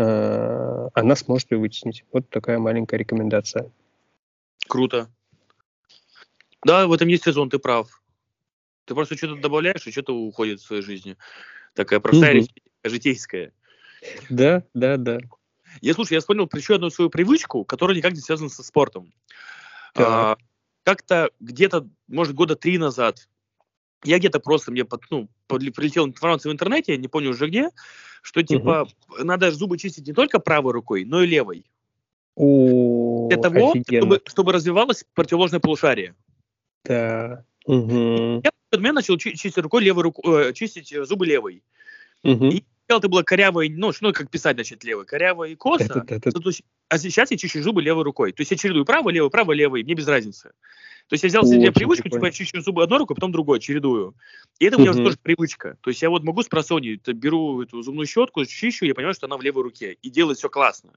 э, она сможет ее вытеснить. Вот такая маленькая рекомендация. Круто. Да, в этом есть резон, ты прав. Ты просто что-то добавляешь, и что-то уходит в своей жизни. Такая простая, угу. житейская. Да, да, да. Я, слушай, я вспомнил еще одну свою привычку, которая никак не связана со спортом. А, как-то где-то, может, года три назад я где-то просто, мне под, ну, прилетела информация в интернете, я не помню уже где, что типа угу. надо зубы чистить не только правой рукой, но и левой. О, Для того, чтобы, чтобы развивалось противоположное полушарие. Да. Угу. Я в момент начал чистить рукой левой рукой, э, чистить зубы левой. Угу. И это было коряво, ну, что, ну, как писать, значит, левой, коряво и косо. Это, это, это. А сейчас я чищу зубы левой рукой. То есть я чередую право, левый, право, левый, мне без разницы. То есть я взял себе привычку, прикольно. Типа я чищу зубы одной рукой, потом другой, чередую. И это у меня uh-huh. уже тоже привычка. То есть я вот могу с просонья, беру эту зубную щетку, чищу, я понимаю, что она в левой руке. И делает все классно.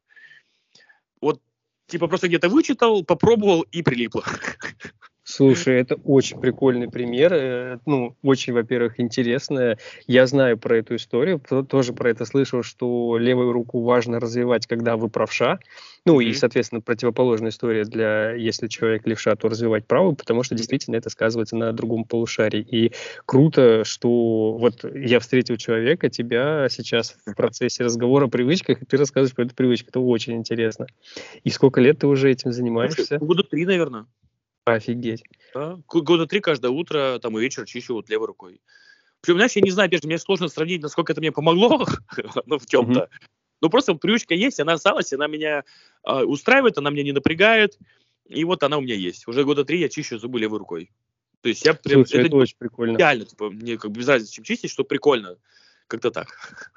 Вот, типа просто где-то вычитал, попробовал и прилипло. Слушай, это очень прикольный пример. Ну, очень, во-первых, интересно. Я знаю про эту историю, тоже про это слышал, что левую руку важно развивать, когда вы правша. Ну, mm-hmm. и, соответственно, противоположная история для, если человек левша, то развивать правую, потому что действительно это сказывается на другом полушарии. И круто, что вот я встретил человека, тебя сейчас в процессе разговора о привычках, и ты рассказываешь про эту привычку. Это очень интересно. И сколько лет ты уже этим занимаешься? Года три, наверное. Офигеть. Да. Года три каждое утро, там и вечер чищу вот левой рукой. Причем, знаешь, я не знаю, опять же, мне сложно сравнить, насколько это мне помогло, ну, в чем-то. Mm-hmm. Ну, просто привычка есть, она осталась, она меня э, устраивает, она меня не напрягает, и вот она у меня есть. Уже года три я чищу зубы левой рукой. То есть я прям... Слушай, это, это очень прикольно. Идеально, типа, мне как бы без разницы, чем чистить, что прикольно. Как-то так.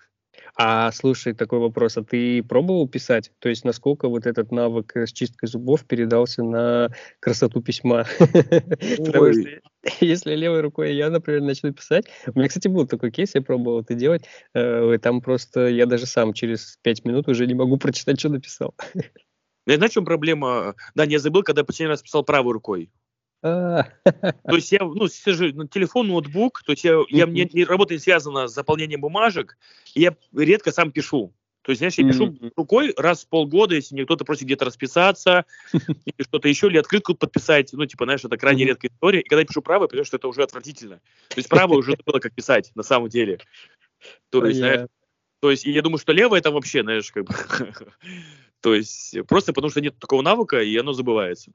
А, слушай, такой вопрос. А ты пробовал писать? То есть насколько вот этот навык с чисткой зубов передался на красоту письма? Потому что если левой рукой я, например, начну писать... У меня, кстати, был такой кейс, я пробовал это делать. Там просто я даже сам через пять минут уже не могу прочитать, что написал. Я знаю, в чем проблема? Да, я забыл, когда я последний раз писал правой рукой. То есть я, ну, сижу на телефон, ноутбук, то есть я, я мне не, работа не связана с заполнением бумажек, и я редко сам пишу. То есть, знаешь, я пишу mm-hmm. рукой раз в полгода, если мне кто-то просит где-то расписаться, или что-то еще, или открытку подписать, ну, типа, знаешь, это крайне mm-hmm. редкая история. И когда я пишу правой, я понимаю, что это уже отвратительно. То есть правой уже было как писать, на самом деле. То есть, знаешь, то есть, и я думаю, что левая это вообще, знаешь, как бы... То есть, просто потому что нет такого навыка, и оно забывается.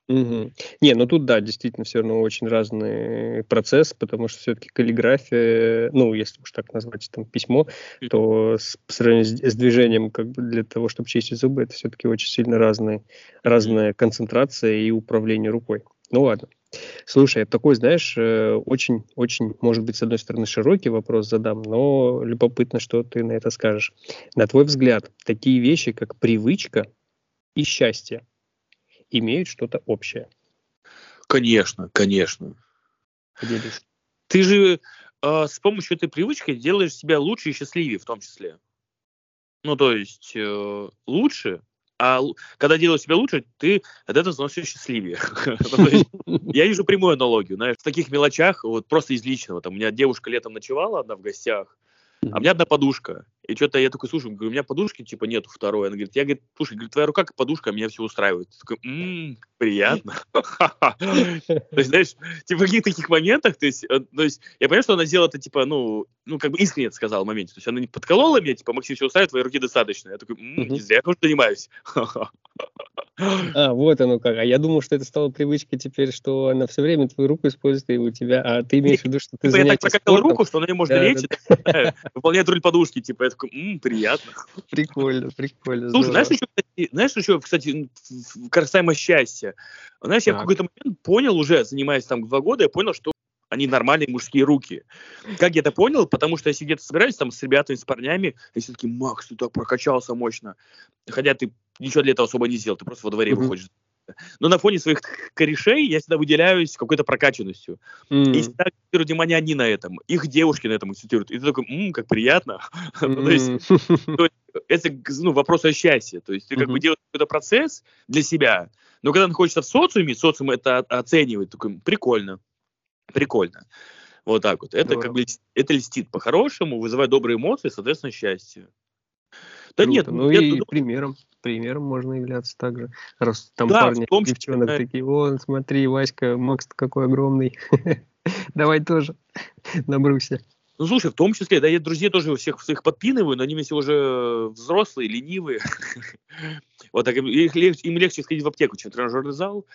Угу. Не, ну тут, да, действительно, все равно очень разный процесс, потому что все-таки каллиграфия, ну, если уж так назвать там письмо, то с, по сравнению с, с движением, как бы для того, чтобы чистить зубы, это все-таки очень сильно разные, разная концентрация и управление рукой. Ну ладно. Слушай, такой, знаешь, очень-очень, может быть, с одной стороны, широкий вопрос задам, но любопытно, что ты на это скажешь. На твой взгляд, такие вещи, как привычка и счастье, имеют что-то общее? Конечно, конечно. Поделись. Ты же э, с помощью этой привычки делаешь себя лучше и счастливее в том числе. Ну, то есть э, лучше, а л- когда делаешь себя лучше, ты от этого становишься счастливее. Ну, то есть я вижу прямую аналогию, знаешь, в таких мелочах, вот просто из личного. Там у меня девушка летом ночевала одна в гостях, а у меня одна подушка. И что-то я такой, слушай, говорю, у меня подушки типа нету второй. Она говорит, я, говорит, слушай, говорит, твоя рука как подушка, а меня все устраивает. Я такой, «М, приятно. То есть, знаешь, типа в каких-то таких моментах, то есть, э, то есть я понимаю, что она сделала это, типа, ну, ну, как бы искренне это сказала в моменте. То есть она не подколола меня, типа, Максим, все устраивает, твоей руки достаточно. Я такой, «М, не зря я тоже занимаюсь. А, вот оно как. А я думал, что это стало привычкой теперь, что она все время твою руку использует и у тебя, а ты имеешь в виду, что ты Типа я так занятия прокатал спортом. руку, что на ней можно Да, лечь, да, и, так, знаю, выполняет роль подушки. Типа я такой, «М, приятно». Прикольно, прикольно, Слушай, знаешь здорово. еще, кстати, знаешь еще, кстати, м, в- в- касаемо счастья. Знаешь, я в Так. какой-то момент понял уже, занимаясь там два года, я понял, что они нормальные мужские руки. Как я это понял? Потому что если где-то собираюсь там с ребятами, с парнями, и все таки, Макс, ты так прокачался мощно. Хотя ты ничего для этого особо не сделал, ты просто во дворе Мгм. выходишь. Но на фоне своих корешей я всегда выделяюсь какой-то прокачанностью. И М, всегда акцентируют внимание они на этом. Их девушки на этом акцентируют. И ты такой, «М, как приятно». Ну, то есть м. то есть это г- ну, вопрос о счастье. То есть ты как бы Мгм. делаешь какой-то процесс для себя, но когда находишься в социуме, социум это о- оценивает, такой, прикольно, прикольно. Вот так вот. Это как Здорово. бы льс- это льстит по-хорошему, вызывает добрые эмоции, соответственно, счастье. Да нет, Круто. ну, Ну я и думаю, примером, примером можно являться также. Раз там да, в парни, том числе, девчонок э, такие, о, смотри, Васька, Макс какой огромный. Давай тоже на брусе. ну, слушай, в том числе, да, я друзей тоже всех своих подпинываю, но они все уже взрослые, ленивые. Вот так им, их лег- им легче сходить в аптеку, чем в тренажерный зал.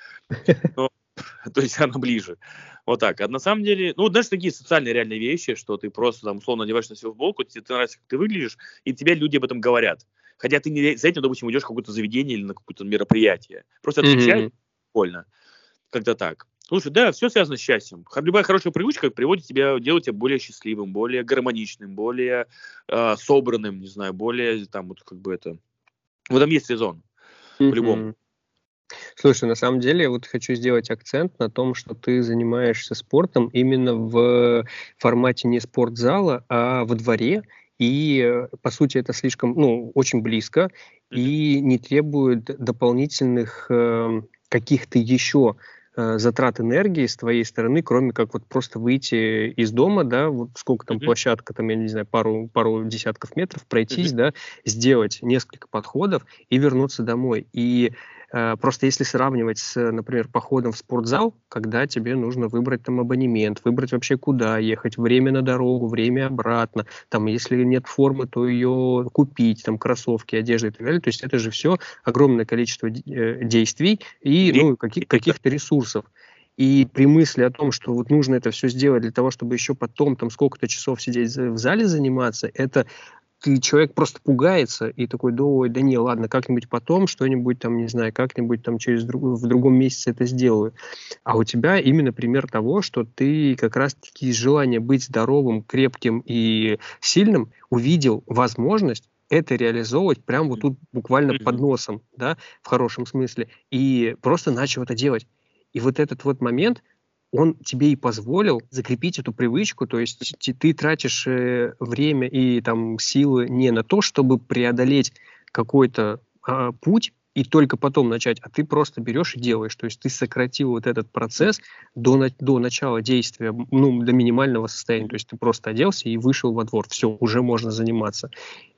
Но то есть она ближе. Вот так. А на самом деле, ну, даже такие социальные реальные вещи, что ты просто там условно одеваешь на себя футболку, тебе нравится, как ты выглядишь, и тебе люди об этом говорят. Хотя ты не за этим, допустим, идешь в какое-то заведение или на какое-то мероприятие. Просто отмечаешь, Мгм. прикольно. Как-то так. Слушай, да, все связано с счастьем. Х- Любая хорошая привычка приводит тебя, делает тебя более счастливым, более гармоничным, более э, собранным, не знаю, более там вот как бы это. В этом есть резон, по-любому. Мгм. Слушай, на самом деле я вот хочу сделать акцент на том, что ты занимаешься спортом именно в формате не спортзала, а во дворе. И, э, по сути, это слишком, ну, очень близко Мгм. и не требует дополнительных эм, каких-то еще э, затрат энергии с твоей стороны, кроме как вот просто выйти из дома, да, вот сколько там Мгм. площадка, там, я не знаю, пару, пару десятков метров, Мгм. пройтись, да, сделать несколько подходов и вернуться домой. И Э, Просто если сравнивать с, например, походом в спортзал, когда тебе нужно выбрать там абонемент, выбрать вообще куда ехать, время на дорогу, время обратно, там, если нет формы, то ее купить, там, кроссовки, одежда и так далее. То есть это же все огромное количество д- э, действий и, Время, ну, каких- денег, да. каких-то ресурсов. И при мысли о том, что вот нужно это все сделать для того, чтобы еще потом там сколько-то часов сидеть за- в зале заниматься, это ты человек просто пугается и такой, да, ой, да не, ладно, как-нибудь потом, что-нибудь там, не знаю, как-нибудь там через друг, в другом месяце это сделаю. А у тебя именно пример того, что ты как раз-таки из желания быть здоровым, крепким и сильным увидел возможность это реализовывать прямо вот тут буквально под Мгм. носом, да, в хорошем смысле, и просто начал это делать. И вот этот вот момент, он тебе и позволил закрепить эту привычку, то есть ти- ты тратишь э, время и там силы не на то, чтобы преодолеть какой-то а, путь и только потом начать, а ты просто берешь и делаешь, то есть ты сократил вот этот процесс до, на- до начала действия, ну, до минимального состояния, то есть ты просто оделся и вышел во двор, все, уже можно заниматься.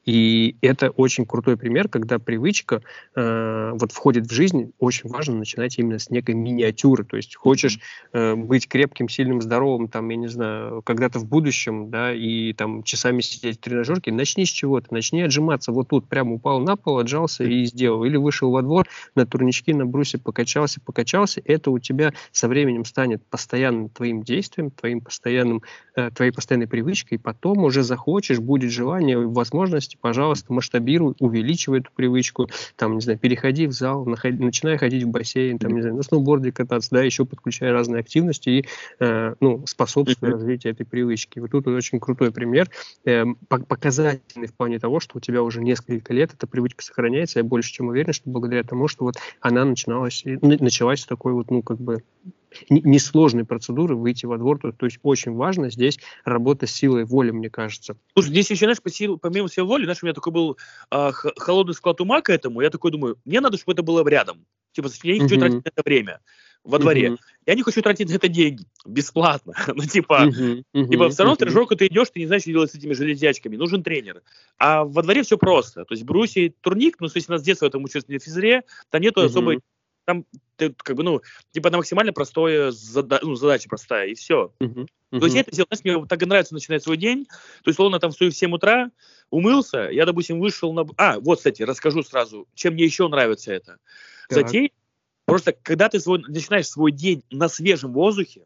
И это очень крутой пример, когда привычка э, вот входит в жизнь. Очень важно начинать именно с некой миниатюры. То есть хочешь э, быть крепким, сильным, здоровым, там, я не знаю, когда-то в будущем, да, и там часами сидеть в тренажерке, начни с чего-то, начни отжиматься. Вот тут прямо упал на пол, отжался и сделал. Или вышел во двор, на турнички, на брусе покачался, покачался. Это у тебя со временем станет постоянным твоим действием, твоим постоянным, э, твоей постоянной привычкой. И потом уже захочешь, будет желание, возможность, пожалуйста, масштабируй, увеличивай эту привычку, там, не знаю, переходи в зал, наход... начинай ходить в бассейн, там, не знаю, на сноуборде кататься, да, еще подключая разные активности и, э, ну, способствуя mm-hmm. развитию этой привычки. Вот тут очень крутой пример, э, показательный в плане того, что у тебя уже несколько лет эта привычка сохраняется. Я больше чем уверен, что благодаря тому, что вот она начиналась, началась с такой вот, ну, как бы, несложной процедуры выйти во двор. То, то есть очень важно здесь работа с силой воли, мне кажется. Слушай, здесь еще, знаешь, по силу, помимо силы воли, знаешь, у меня такой был а, х- холодный склад ума к этому. Я такой думаю, мне надо, чтобы это было рядом. Типа, я не хочу uh-huh. тратить на это время во дворе. Uh-huh. Я не хочу тратить на это деньги. Бесплатно. ну, типа, uh-huh. Uh-huh. типа, все равно uh-huh. в тренажерку ты идешь, ты не знаешь, что делать с этими железячками. Нужен тренер. А во дворе все просто. То есть брусья, турник, ну, если нас с детства этому учат в физре, там нету uh-huh. особой. Там, ты, как бы, ну, типа, она максимально простая, зада- ну, задача простая, и все. Uh-huh. Uh-huh. То есть я это делал, знаешь, мне так и нравится начинать свой день. То есть, словно там встаю в семь утра, умылся, я, допустим, вышел на... А, вот, кстати, расскажу сразу, чем мне еще нравится это. Так. Затем, просто, когда ты свой, начинаешь свой день на свежем воздухе,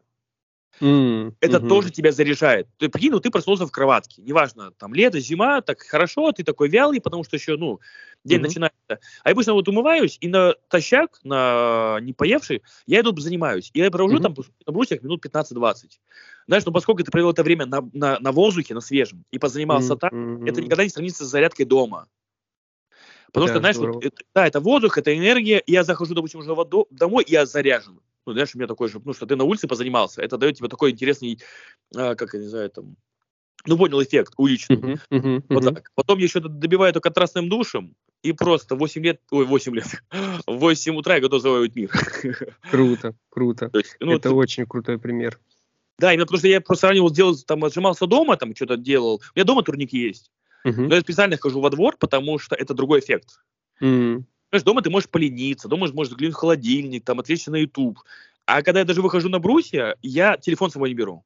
Mm, это mm-hmm. тоже тебя заряжает. Ты прикинь, ну ты проснулся в кроватке. Неважно, там лето, зима, так хорошо, ты такой вялый, потому что еще, ну, день mm-hmm. начинается. А я обычно вот умываюсь, и натощак, на не поевший, я иду занимаюсь. И я провожу mm-hmm. там на брусьях минут пятнадцать-двадцать. Знаешь, ну поскольку ты провел это время на, на, на воздухе, на свежем, и позанимался mm-hmm. так, это никогда не сравнится с зарядкой дома. Потому да, что, знаешь, вот, это, да, это воздух, это энергия, и я захожу, допустим, уже водо, домой, и я заряжен. Ну, знаешь, у меня такой же, ну, что ты на улице позанимался, это дает тебе такой интересный, а, как я не знаю, там, ну, понял, эффект уличный. Uh-huh, uh-huh, вот uh-huh. так. Потом я еще добиваю это контрастным душем, и просто восемь лет, ой, восемь лет, в восемь утра я готов завоевать мир. Круто, круто. То есть, ну, это вот, очень крутой пример. Да, именно потому что я просто сравнивал, делал, там, отжимался дома, там, что-то делал. У меня дома турники есть. Uh-huh. Но я специально хожу во двор, потому что это другой эффект. Uh-huh. Знаешь, дома ты можешь полениться, дома можешь заглянуть в холодильник, там, отвлечься на YouTube. А когда я даже выхожу на брусья, я телефон с собой не беру.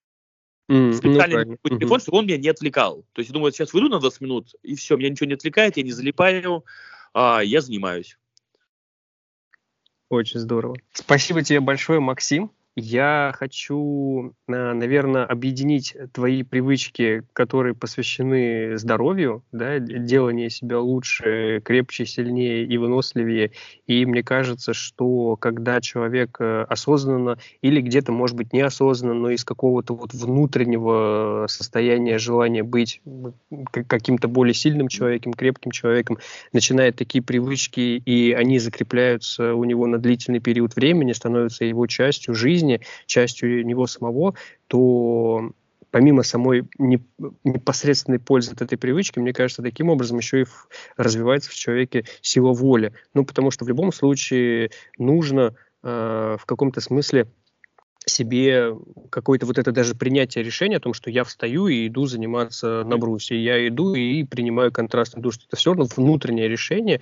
Mm, Специально ну, телефон, mm-hmm. чтобы он меня не отвлекал. То есть я думаю, сейчас выйду на двадцать минут, и все, меня ничего не отвлекает, я не залипаю, а я занимаюсь. Очень здорово. Спасибо тебе большое, Максим. Я хочу, наверное, объединить твои привычки, которые посвящены здоровью, да, деланию себя лучше, крепче, сильнее и выносливее. И мне кажется, что когда человек осознанно или где-то, может быть, неосознанно, но из какого-то вот внутреннего состояния желания быть каким-то более сильным человеком, крепким человеком, начинает такие привычки, и они закрепляются у него на длительный период времени, становятся его частью жизни, частью него самого, то помимо самой непосредственной пользы от этой привычки, мне кажется, таким образом еще и развивается в человеке сила воли. Ну, потому что в любом случае нужно э, в каком-то смысле себе какое-то вот это даже принятие решения о том, что я встаю и иду заниматься на брусе. Я иду и принимаю контрастный душ. Это все равно внутреннее решение,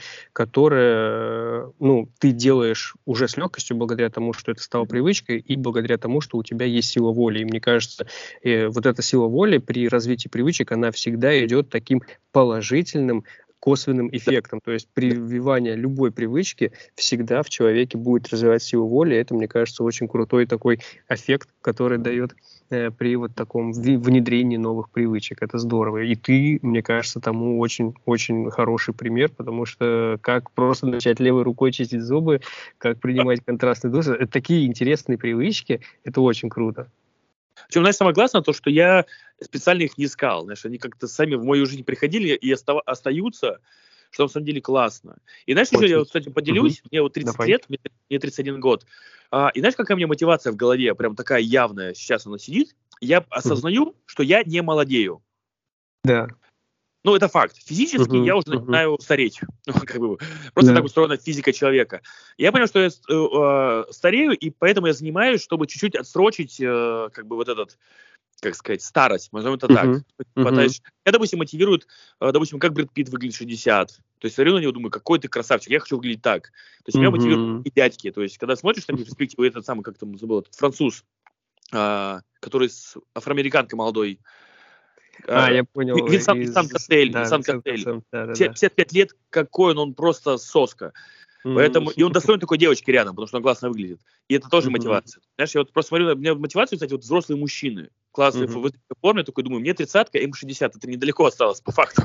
которое, ну, ты делаешь уже с легкостью благодаря тому, что это стало привычкой, и благодаря тому, что у тебя есть сила воли. И мне кажется, э, вот эта сила воли при развитии привычек, она всегда идет таким положительным, косвенным эффектом. То есть прививание любой привычки всегда в человеке будет развивать силу воли. Это, мне кажется, очень крутой такой эффект, который дает э, при вот таком внедрении новых привычек. Это здорово. И ты, мне кажется, тому очень-очень хороший пример, потому что как просто начать левой рукой чистить зубы, как принимать контрастный душ, это такие интересные привычки, это очень круто. Причем, знаешь, самое классное, то, что я специально их не искал. Знаешь, они как-то сами в мою жизнь приходили и остав- остаются, что на самом деле классно. И знаешь, уже я вот, кстати, поделюсь, угу. мне вот тридцать Давай. лет, мне тридцать один год. А, и знаешь, какая у меня мотивация в голове, прям такая явная, сейчас она сидит, я осознаю, угу. что я не молодею. Да. Ну, это факт. Физически uh-huh, я уже uh-huh. начинаю стареть. Ну, как бы, просто yeah. так устроена физика человека. Я понял, что я э, старею, и поэтому я занимаюсь, чтобы чуть-чуть отсрочить э, как бы вот этот как сказать, старость, назовем это так. Мгм. Хватаешь- Я, допустим, мотивирует, э, допустим, как Брэд Питт выглядит в шестьдесят. То есть смотрю на него, думаю, какой ты красавчик, я хочу выглядеть так. То есть меня мотивируют Мгм. и дядьки. То есть когда смотришь на них перспективу, этот самый, как там забыл, этот француз, а, который с афроамериканкой молодой, А, а, я Ви- понял, Винсан, из... Винсан Кассель, Да, Винсан Винсент Кассель. Кассель, да-да-да. семьдесят пять лет, какой он, он просто соска. Поэтому, и он достоин такой девочки рядом, потому что он классно выглядит. И это тоже Мгм. мотивация. Знаешь, я вот просто смотрю, у меня мотивацию, кстати, вот взрослые мужчины. Классные, в Мгм. высокой форме, я такой думаю, мне тридцатка, им шестьдесят, это недалеко осталось, по факту.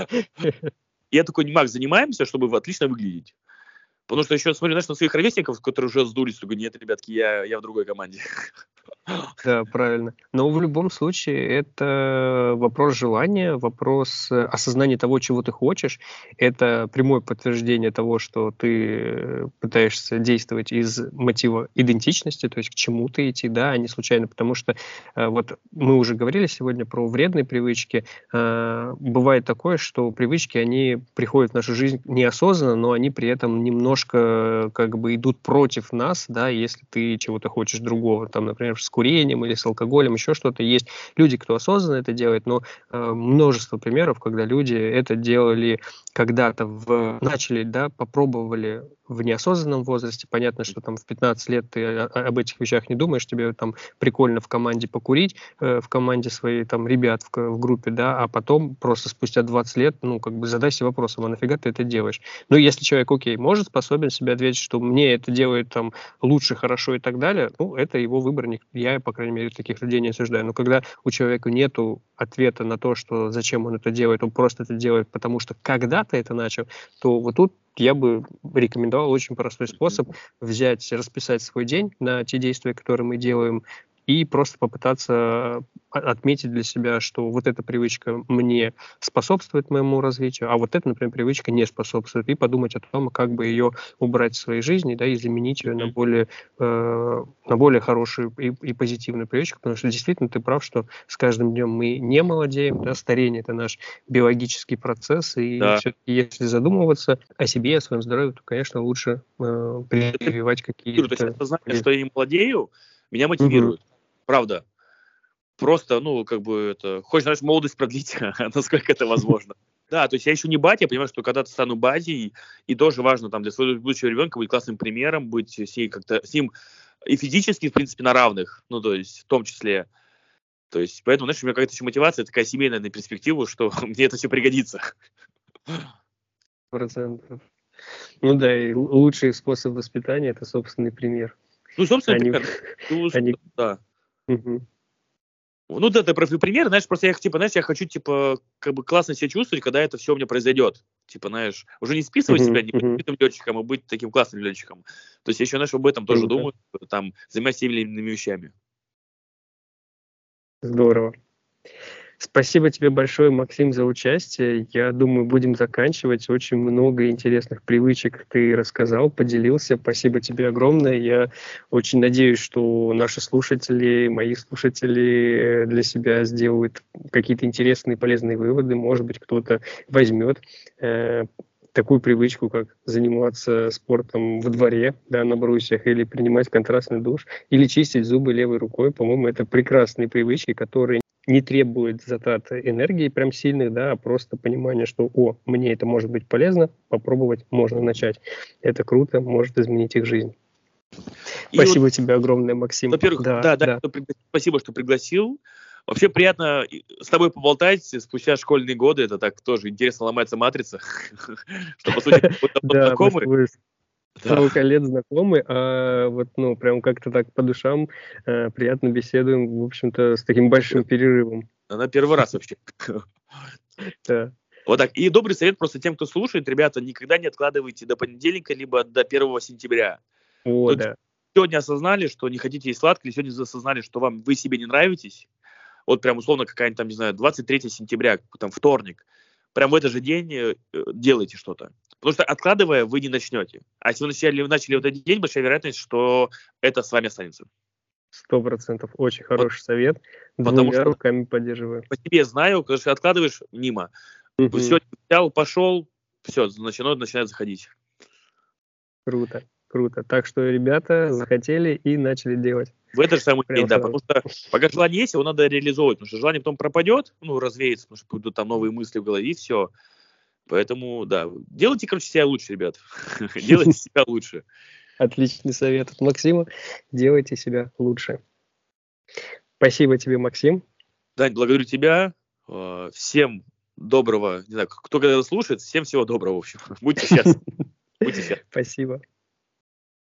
И я такой, Макс, занимаемся, чтобы отлично выглядеть. Потому что еще смотрю, знаешь, на своих ровесников, которые уже сдулись, такой, нет, ребятки, я, я в другой команде. Да, правильно. Но в любом случае это вопрос желания, вопрос э, осознания того, чего ты хочешь. Это прямое подтверждение того, что ты э, пытаешься действовать из мотива идентичности, то есть к чему ты идти, да, а не случайно. Потому что э, вот мы уже говорили сегодня про вредные привычки. Э, Бывает такое, что привычки, они приходят в нашу жизнь неосознанно, но они при этом немножко э, как бы идут против нас, да, если ты чего-то хочешь другого, там, например, с курением или с алкоголем, еще что-то. Есть люди, кто осознанно это делает, но э, множество примеров, когда люди это делали когда-то, в, начали, да, попробовали в неосознанном возрасте. Понятно, что там в пятнадцать лет ты о- о- об этих вещах не думаешь, тебе там прикольно в команде покурить, э, в команде своей там ребят в, ко- в группе, да, а потом просто спустя двадцать лет, ну, как бы задайся вопросом, а нафига ты это делаешь? Ну, если человек, окей, может, способен себе ответить, что мне это делает там лучше, хорошо и так далее, ну, это его выбор. ник- Я, по крайней мере, таких людей не осуждаю. Но когда у человека нету ответа на то, что зачем он это делает, он просто это делает, потому что когда-то это начал, то вот тут я бы рекомендовал очень простой способ взять, расписать свой день на те действия, которые мы делаем, и просто попытаться а- отметить для себя, что вот эта привычка мне способствует моему развитию, а вот эта, например, привычка не способствует, и подумать о том, как бы ее убрать в своей жизни, да, и заменить ее на Мгм. более, э, на более хорошую и, и позитивную привычку, потому что действительно ты прав, что с каждым днем мы не молодеем, да, старение — это наш биологический процесс, и Да. все-таки если задумываться о себе, о своем здоровье, то, конечно, лучше э, прививать То есть какие-то... осознание, что я не молодею, меня Мгм. мотивирует. Правда. Просто, ну, как бы это... Хочешь, знаешь, молодость продлить, насколько это возможно. Да, то есть я еще не батя, я понимаю, что когда-то стану батей, и тоже важно там для своего будущего ребенка быть классным примером, быть с ней как-то, с ним и физически, в принципе, на равных, ну, то есть в том числе. То есть поэтому, знаешь, у меня какая-то еще мотивация, такая семейная на перспективу, что мне это все пригодится. Процентов. Ну да, и л- лучший способ воспитания — это собственный пример. Ну, собственно, Они, пример. Ну, они, да. Мгм. Ну, да, это просто пример, знаешь, просто я, типа, знаешь, я хочу, типа, как бы классно себя чувствовать, когда это все у меня произойдет. Типа, знаешь, уже не списывать себя, Мгм. не быть Мгм. битым летчиком, а быть таким классным летчиком. То есть я еще, знаешь, об этом тоже Круто. думаю, там, занимаюсь теми или иными вещами. Здорово. Спасибо тебе большое, Максим, за участие. Я думаю, будем заканчивать. Очень много интересных привычек ты рассказал, поделился. Спасибо тебе огромное. Я очень надеюсь, что наши слушатели, мои слушатели э, для себя сделают какие-то интересные, полезные выводы. Может быть, кто-то возьмет э, такую привычку, как заниматься спортом во дворе, да, на брусьях, или принимать контрастный душ, или чистить зубы левой рукой. По-моему, это прекрасные привычки, которые не требует затрат энергии прям сильных, да, а просто понимание, что, о, мне это может быть полезно, попробовать можно начать. Это круто, может изменить их жизнь. И Спасибо вот, тебе огромное, Максим. во-первых, Да, да, да, да. что пригла- спасибо, что пригласил. Вообще приятно и- с тобой поболтать спустя школьные годы. Это так тоже интересно, ломается матрица. Что, по сути, мы давно Да, мы с знакомы. тобой Да. столько лет знакомы, а вот, ну, прям как-то так по душам э, приятно беседуем, в общем-то, с таким большим перерывом. Она первый раз вообще. Да. Вот так. И добрый совет просто тем, кто слушает. Ребята, никогда не откладывайте до понедельника, либо до первого сентября. О, Тут да. сегодня осознали, что не хотите есть сладкое, или сегодня осознали, что вам вы себе не нравитесь. Вот прям условно какая-нибудь там, не знаю, двадцать третьего сентября, там вторник. Прям в этот же день э, делайте что-то. Потому что откладывая, вы не начнете. А если вы начали, начали в этот день, большая вероятность, что это с вами останется. Сто процентов. Очень Вот, хороший совет. потому Двумя что руками поддерживаю. по себе знаю, когда ты откладываешь мимо. Мгм. Все, взял, пошел, все, начинает, начинает заходить. Круто, круто. Так что, ребята, захотели и начали делать. В этот же самый Прям день, да, сразу. потому что пока желание есть, его надо реализовывать, потому что желание потом пропадет, ну, развеется, потому что будут там новые мысли в голове, и все. Поэтому, да, делайте, короче, себя лучше, ребят. Делайте себя лучше. Отличный совет от Максима. Делайте себя лучше. Спасибо тебе, Максим. Дань, благодарю тебя. Э, Всем доброго, не знаю, кто когда слушает, всем всего доброго, в общем. Будьте счастливы. Будьте счастливы. Спасибо.